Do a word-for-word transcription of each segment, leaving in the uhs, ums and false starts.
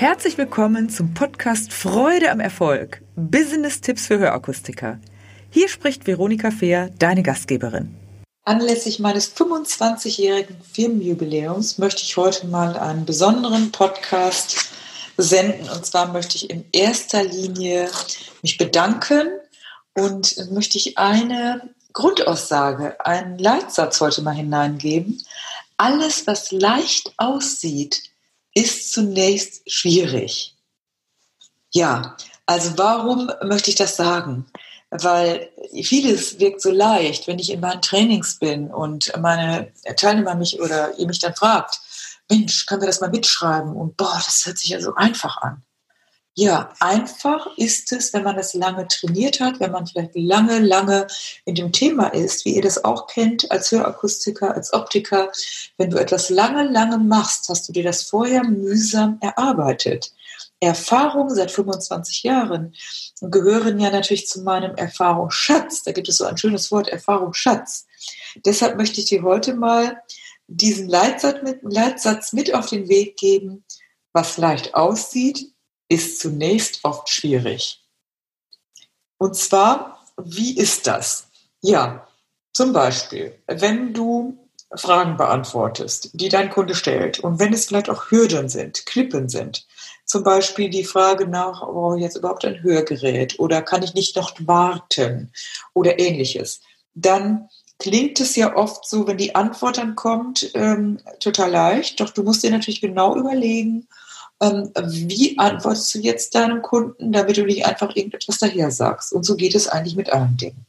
Herzlich willkommen zum Podcast Freude am Erfolg. Business-Tipps für Hörakustiker. Hier spricht Veronika Fehr, deine Gastgeberin. Anlässlich meines fünfundzwanzigjährigen Firmenjubiläums möchte ich heute mal einen besonderen Podcast senden. Und zwar möchte ich in erster Linie mich bedanken und möchte ich eine Grundaussage, einen Leitsatz heute mal hineingeben. Alles, was leicht aussieht, ist zunächst schwierig. Ja, also warum möchte ich das sagen? Weil vieles wirkt so leicht, wenn ich in meinen Trainings bin und meine Teilnehmer mich oder ihr mich dann fragt, Mensch, können wir das mal mitschreiben? Und boah, das hört sich ja so einfach an. Ja, einfach ist es, wenn man das lange trainiert hat, wenn man vielleicht lange, lange in dem Thema ist, wie ihr das auch kennt, als Hörakustiker, als Optiker. Wenn du etwas lange, lange machst, hast du dir das vorher mühsam erarbeitet. Erfahrungen seit fünfundzwanzig Jahren gehören ja natürlich zu meinem Erfahrungsschatz. Da gibt es so ein schönes Wort, Erfahrungsschatz. Deshalb möchte ich dir heute mal diesen Leitsatz mit, Leitsatz mit auf den Weg geben. Was leicht aussieht, ist zunächst oft schwierig. Und zwar, wie ist das? Ja, zum Beispiel, wenn du Fragen beantwortest, die dein Kunde stellt und wenn es vielleicht auch Hürden sind, Klippen sind, zum Beispiel die Frage nach, brauche ich jetzt überhaupt ein Hörgerät oder kann ich nicht noch warten oder ähnliches, dann klingt es ja oft so, wenn die Antwort dann kommt, ähm, total leicht, doch du musst dir natürlich genau überlegen, ähm, wie antwortest du jetzt deinem Kunden, damit du nicht einfach irgendetwas daher sagst. Und so geht es eigentlich mit allen Dingen.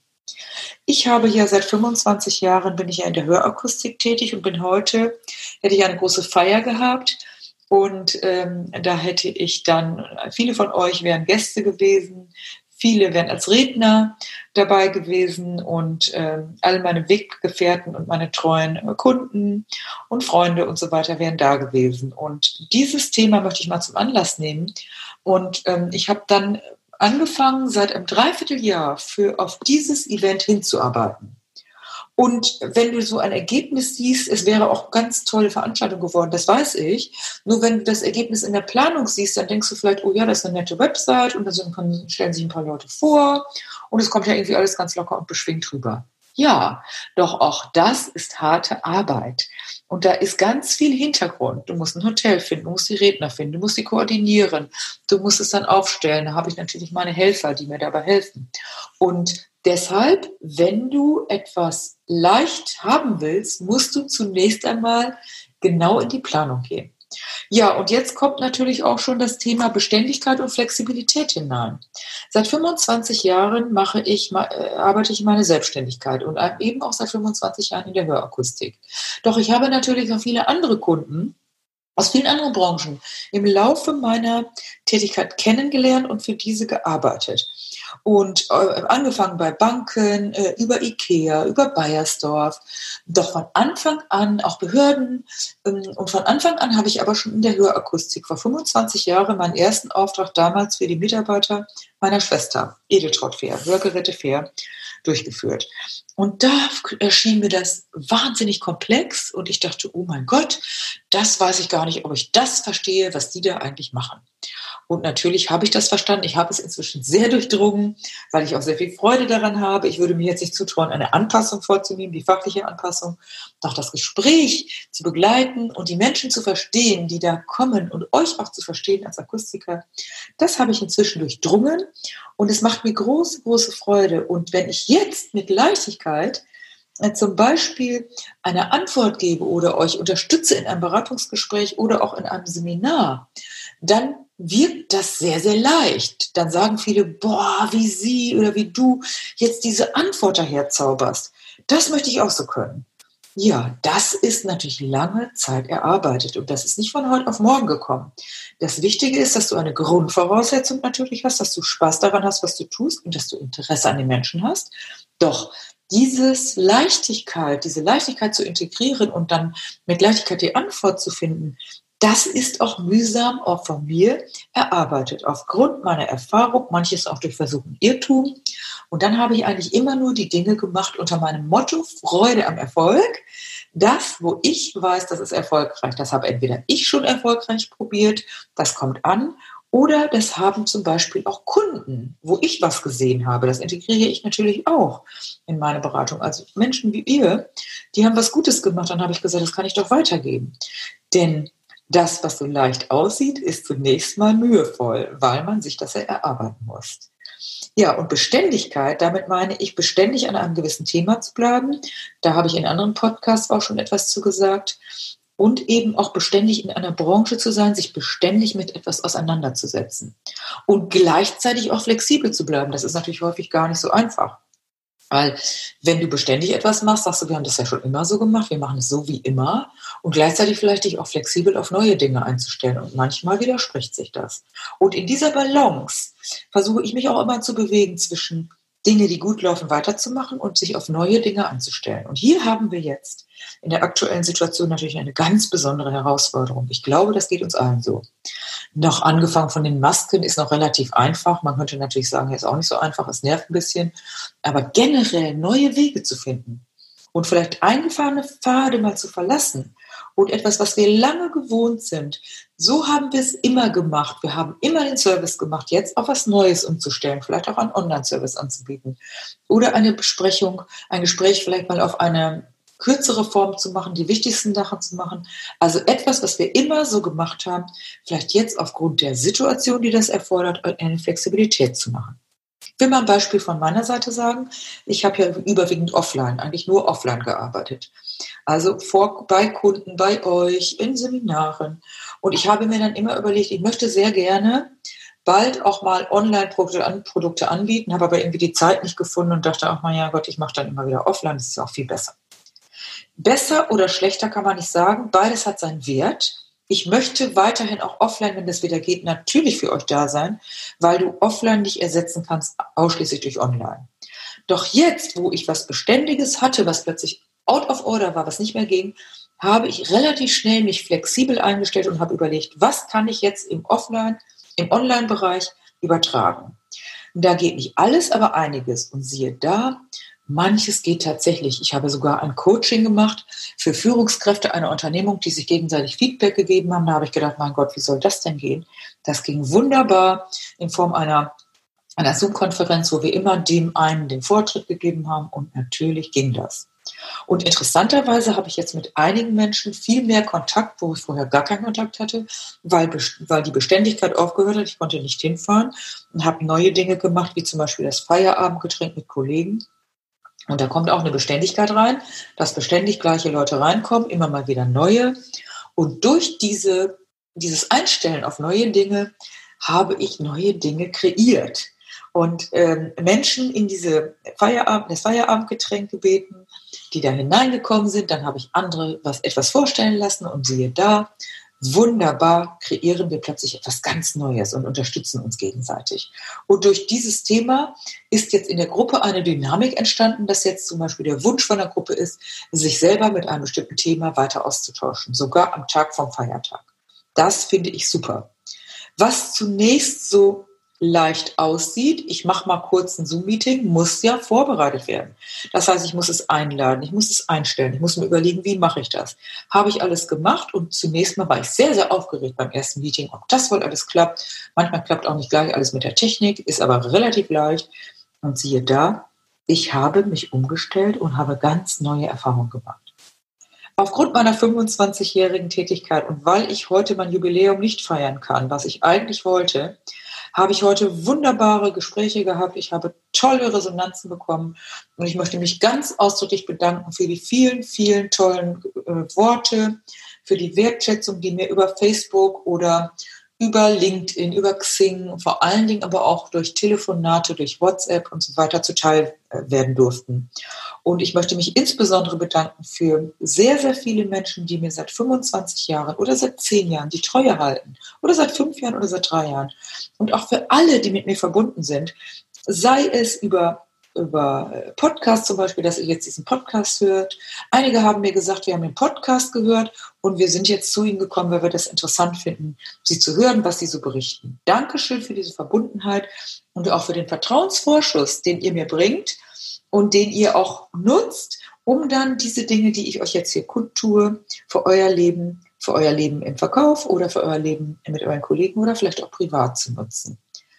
Ich habe ja seit fünfundzwanzig Jahren, bin ich ja in der Hörakustik tätig und bin heute, hätte ich eine große Feier gehabt und ähm, da hätte ich dann, viele von euch wären Gäste gewesen, viele wären als Redner dabei gewesen und ähm, alle meine Weggefährten und meine treuen Kunden und Freunde und so weiter wären da gewesen. Und dieses Thema möchte ich mal zum Anlass nehmen und ähm, ich habe dann angefangen, seit einem Dreivierteljahr für auf dieses Event hinzuarbeiten. Und wenn du so ein Ergebnis siehst, es wäre auch eine ganz tolle Veranstaltung geworden, das weiß ich. Nur wenn du das Ergebnis in der Planung siehst, dann denkst du vielleicht, oh ja, das ist eine nette Website und da stellen sich ein paar Leute vor und es kommt ja irgendwie alles ganz locker und beschwingt rüber. Ja, doch auch das ist harte Arbeit. Und da ist ganz viel Hintergrund. Du musst ein Hotel finden, du musst die Redner finden, du musst die koordinieren, du musst es dann aufstellen. Da habe ich natürlich meine Helfer, die mir dabei helfen. Und deshalb, wenn du etwas leicht haben willst, musst du zunächst einmal genau in die Planung gehen. Ja, und jetzt kommt natürlich auch schon das Thema Beständigkeit und Flexibilität hinein. Seit fünfundzwanzig Jahren mache ich, arbeite ich in meine Selbstständigkeit und eben auch seit fünfundzwanzig Jahren in der Hörakustik. Doch ich habe natürlich noch viele andere Kunden aus vielen anderen Branchen im Laufe meiner Tätigkeit kennengelernt und für diese gearbeitet. Und äh, angefangen bei Banken, äh, über Ikea, über Baiersdorf, doch von Anfang an auch Behörden. Ähm, und von Anfang an habe ich aber schon in der Hörakustik vor fünfundzwanzig Jahren meinen ersten Auftrag damals für die Mitarbeiter meiner Schwester, Edeltraud Fehr, Hörgeräte Fehr, durchgeführt. Und da erschien mir das wahnsinnig komplex und ich dachte, oh mein Gott, das weiß ich gar nicht, ob ich das verstehe, was die da eigentlich machen. Und natürlich habe ich das verstanden. Ich habe es inzwischen sehr durchdrungen, weil ich auch sehr viel Freude daran habe. Ich würde mir jetzt nicht zutrauen, eine Anpassung vorzunehmen, die fachliche Anpassung, doch das Gespräch zu begleiten und die Menschen zu verstehen, die da kommen und euch auch zu verstehen als Akustiker, das habe ich inzwischen durchdrungen und es macht mir große, große Freude. Und wenn ich jetzt mit Leichtigkeit äh, zum Beispiel eine Antwort gebe oder euch unterstütze in einem Beratungsgespräch oder auch in einem Seminar, dann wirkt das sehr, sehr leicht. Dann sagen viele, boah, wie sie oder wie du jetzt diese Antwort daher zauberst. Das möchte ich auch so können. Ja, das ist natürlich lange Zeit erarbeitet und das ist nicht von heute auf morgen gekommen. Das Wichtige ist, dass du eine Grundvoraussetzung natürlich hast, dass du Spaß daran hast, was du tust und dass du Interesse an den Menschen hast. Doch dieses Leichtigkeit, diese Leichtigkeit zu integrieren und dann mit Leichtigkeit die Antwort zu finden, das ist auch mühsam auch von mir erarbeitet, aufgrund meiner Erfahrung, manches auch durch Versuch und Irrtum. Und dann habe ich eigentlich immer nur die Dinge gemacht unter meinem Motto Freude am Erfolg. Das, wo ich weiß, das ist erfolgreich, das habe entweder ich schon erfolgreich probiert, das kommt an, oder das haben zum Beispiel auch Kunden, wo ich was gesehen habe. Das integriere ich natürlich auch in meine Beratung. Also Menschen wie ihr, die haben was Gutes gemacht, dann habe ich gesagt, das kann ich doch weitergeben. Denn das, was so leicht aussieht, ist zunächst mal mühevoll, weil man sich das ja erarbeiten muss. Ja, und Beständigkeit, damit meine ich, beständig an einem gewissen Thema zu bleiben. Da habe ich in anderen Podcasts auch schon etwas zu gesagt. Und eben auch beständig in einer Branche zu sein, sich beständig mit etwas auseinanderzusetzen. Und gleichzeitig auch flexibel zu bleiben. Das ist natürlich häufig gar nicht so einfach. Weil wenn du beständig etwas machst, sagst du, wir haben das ja schon immer so gemacht, wir machen es so wie immer. Und gleichzeitig vielleicht dich auch flexibel auf neue Dinge einzustellen. Und manchmal widerspricht sich das. Und in dieser Balance versuche ich mich auch immer zu bewegen zwischen Dinge, die gut laufen, weiterzumachen und sich auf neue Dinge einzustellen. Und hier haben wir jetzt in der aktuellen Situation natürlich eine ganz besondere Herausforderung. Ich glaube, das geht uns allen so. Noch angefangen von den Masken ist noch relativ einfach. Man könnte natürlich sagen, ja, ist auch nicht so einfach, es nervt ein bisschen. Aber generell neue Wege zu finden und vielleicht eingefahrene Pfade mal zu verlassen und etwas, was wir lange gewohnt sind. So haben wir es immer gemacht. Wir haben immer den Service gemacht, jetzt auf was Neues umzustellen, vielleicht auch einen Online-Service anzubieten oder eine Besprechung, ein Gespräch vielleicht mal auf eine kürzere Form zu machen, die wichtigsten Sachen zu machen. Also etwas, was wir immer so gemacht haben, vielleicht jetzt aufgrund der Situation, die das erfordert, eine Flexibilität zu machen. Ich will mal ein Beispiel von meiner Seite sagen. Ich habe ja überwiegend offline, eigentlich nur offline gearbeitet. Also vor, bei Kunden, bei euch, in Seminaren. Und ich habe mir dann immer überlegt, ich möchte sehr gerne bald auch mal Online-Produkte anbieten, habe aber irgendwie die Zeit nicht gefunden und dachte auch mal, ja Gott, ich mache dann immer wieder offline, das ist auch viel besser. Besser oder schlechter kann man nicht sagen, beides hat seinen Wert. Ich möchte weiterhin auch offline, wenn das wieder geht, natürlich für euch da sein, weil du offline nicht ersetzen kannst, ausschließlich durch online. Doch jetzt, wo ich was Beständiges hatte, was plötzlich out of order war, was nicht mehr ging, habe ich relativ schnell mich flexibel eingestellt und habe überlegt, was kann ich jetzt im Offline, im Online-Bereich übertragen. Und da geht nicht alles, aber einiges. Und siehe da, manches geht tatsächlich. Ich habe sogar ein Coaching gemacht für Führungskräfte einer Unternehmung, die sich gegenseitig Feedback gegeben haben. Da habe ich gedacht, mein Gott, wie soll das denn gehen? Das ging wunderbar in Form einer, einer Zoom-Konferenz, wo wir immer dem einen den Vortritt gegeben haben. Und natürlich ging das. Und interessanterweise habe ich jetzt mit einigen Menschen viel mehr Kontakt, wo ich vorher gar keinen Kontakt hatte, weil, weil die Beständigkeit aufgehört hat. Ich konnte nicht hinfahren und habe neue Dinge gemacht, wie zum Beispiel das Feierabendgetränk mit Kollegen. Und da kommt auch eine Beständigkeit rein, dass beständig gleiche Leute reinkommen, immer mal wieder neue. Und durch diese, dieses Einstellen auf neue Dinge habe ich neue Dinge kreiert. Und ähm, Menschen in diese Feierabend, das Feierabendgetränk gebeten, die da hineingekommen sind. Dann habe ich andere was, etwas vorstellen lassen und siehe da, wunderbar kreieren wir plötzlich etwas ganz Neues und unterstützen uns gegenseitig. Und durch dieses Thema ist jetzt in der Gruppe eine Dynamik entstanden, dass jetzt zum Beispiel der Wunsch von der Gruppe ist, sich selber mit einem bestimmten Thema weiter auszutauschen, sogar am Tag vom Feiertag. Das finde ich super. Was zunächst so leicht aussieht, ich mache mal kurz ein Zoom-Meeting, muss ja vorbereitet werden. Das heißt, ich muss es einladen, ich muss es einstellen, ich muss mir überlegen, wie mache ich das? Habe ich alles gemacht und zunächst mal war ich sehr, sehr aufgeregt beim ersten Meeting, ob das wohl alles klappt. Manchmal klappt auch nicht gleich alles mit der Technik, ist aber relativ leicht. Und siehe da, ich habe mich umgestellt und habe ganz neue Erfahrungen gemacht. Aufgrund meiner fünfundzwanzigjährigen Tätigkeit und weil ich heute mein Jubiläum nicht feiern kann, was ich eigentlich wollte, habe ich heute wunderbare Gespräche gehabt. Ich habe tolle Resonanzen bekommen und ich möchte mich ganz ausdrücklich bedanken für die vielen, vielen tollen äh, Worte, für die Wertschätzung, die mir über Facebook oder über LinkedIn, über Xing, vor allen Dingen aber auch durch Telefonate, durch WhatsApp und so weiter zuteil werden durften. Und ich möchte mich insbesondere bedanken für sehr, sehr viele Menschen, die mir seit fünfundzwanzig Jahren oder seit zehn Jahren die Treue halten oder seit fünf Jahren oder seit drei Jahren. Und auch für alle, die mit mir verbunden sind, sei es über über Podcast zum Beispiel, dass ihr jetzt diesen Podcast hört. Einige haben mir gesagt, wir haben den Podcast gehört und wir sind jetzt zu Ihnen gekommen, weil wir das interessant finden, Sie zu hören, was Sie so berichten. Dankeschön für diese Verbundenheit und auch für den Vertrauensvorschuss, den ihr mir bringt und den ihr auch nutzt, um dann diese Dinge, die ich euch jetzt hier kundtue, für euer Leben, für euer Leben im Verkauf oder für euer Leben mit euren Kollegen oder vielleicht auch privat zu nutzen.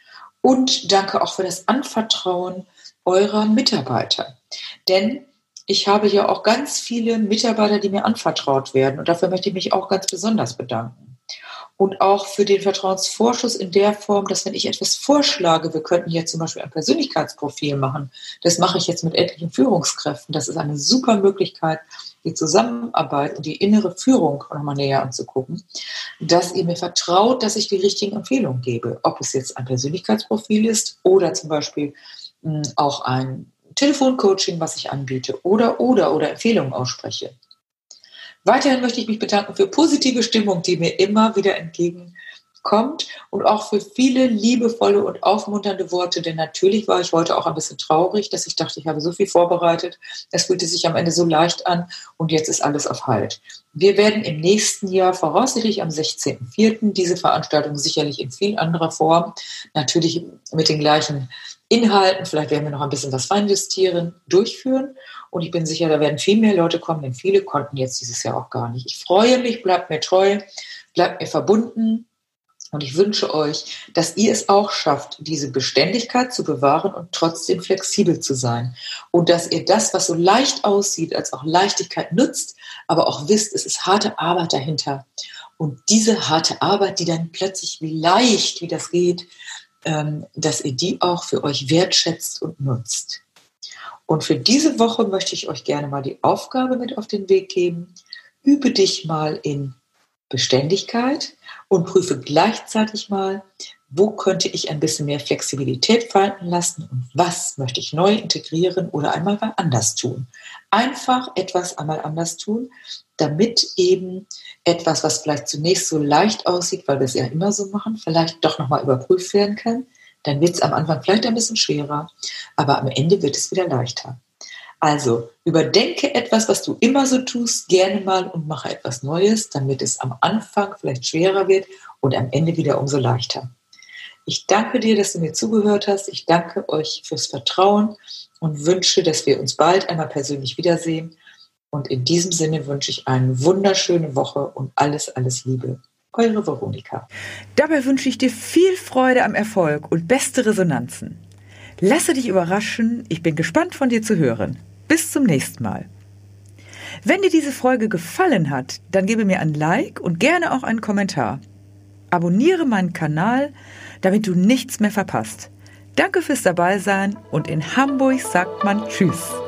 Und danke auch für das Anvertrauen eurer Mitarbeiter. Denn ich habe ja auch ganz viele Mitarbeiter, die mir anvertraut werden. Und dafür möchte ich mich auch ganz besonders bedanken. Und auch für den Vertrauensvorschuss in der Form, dass wenn ich etwas vorschlage, wir könnten jetzt zum Beispiel ein Persönlichkeitsprofil machen. Das mache ich jetzt mit etlichen Führungskräften. Das ist eine super Möglichkeit, die Zusammenarbeit und die innere Führung nochmal näher anzugucken, dass ihr mir vertraut, dass ich die richtigen Empfehlungen gebe. Ob es jetzt ein Persönlichkeitsprofil ist oder zum Beispiel mh, auch ein Telefoncoaching, was ich anbiete oder, oder, oder Empfehlungen ausspreche. Weiterhin möchte ich mich bedanken für positive Stimmung, die mir immer wieder entgegenkommt und auch für viele liebevolle und aufmunternde Worte, denn natürlich war ich heute auch ein bisschen traurig, dass ich dachte, ich habe so viel vorbereitet, es fühlte sich am Ende so leicht an und jetzt ist alles auf Halt. Wir werden im nächsten Jahr voraussichtlich am sechzehnten vierten diese Veranstaltung sicherlich in viel anderer Form, natürlich mit den gleichen Inhalten, vielleicht werden wir noch ein bisschen was feinjustieren, durchführen. Und ich bin sicher, da werden viel mehr Leute kommen, denn viele konnten jetzt dieses Jahr auch gar nicht. Ich freue mich, bleibt mir treu, bleibt mir verbunden. Und ich wünsche euch, dass ihr es auch schafft, diese Beständigkeit zu bewahren und trotzdem flexibel zu sein. Und dass ihr das, was so leicht aussieht, als auch Leichtigkeit nutzt, aber auch wisst, es ist harte Arbeit dahinter. Und diese harte Arbeit, die dann plötzlich wie leicht, wie das geht, dass ihr die auch für euch wertschätzt und nutzt. Und für diese Woche möchte ich euch gerne mal die Aufgabe mit auf den Weg geben. Übe dich mal in Beständigkeit und prüfe gleichzeitig mal, wo könnte ich ein bisschen mehr Flexibilität walten lassen und was möchte ich neu integrieren oder einmal anders tun. Einfach etwas einmal anders tun, damit eben etwas, was vielleicht zunächst so leicht aussieht, weil wir es ja immer so machen, vielleicht doch nochmal überprüft werden kann. Dann wird es am Anfang vielleicht ein bisschen schwerer, aber am Ende wird es wieder leichter. Also überdenke etwas, was du immer so tust, gerne mal und mache etwas Neues, damit es am Anfang vielleicht schwerer wird und am Ende wieder umso leichter. Ich danke dir, dass du mir zugehört hast. Ich danke euch fürs Vertrauen und wünsche, dass wir uns bald einmal persönlich wiedersehen. Und in diesem Sinne wünsche ich eine wunderschöne Woche und alles, alles Liebe. Eure Veronika. Dabei wünsche ich dir viel Freude am Erfolg und beste Resonanzen. Lasse dich überraschen. Ich bin gespannt, von dir zu hören. Bis zum nächsten Mal. Wenn dir diese Folge gefallen hat, dann gebe mir ein Like und gerne auch einen Kommentar. Abonniere meinen Kanal, damit du nichts mehr verpasst. Danke fürs Dabeisein und in Hamburg sagt man Tschüss.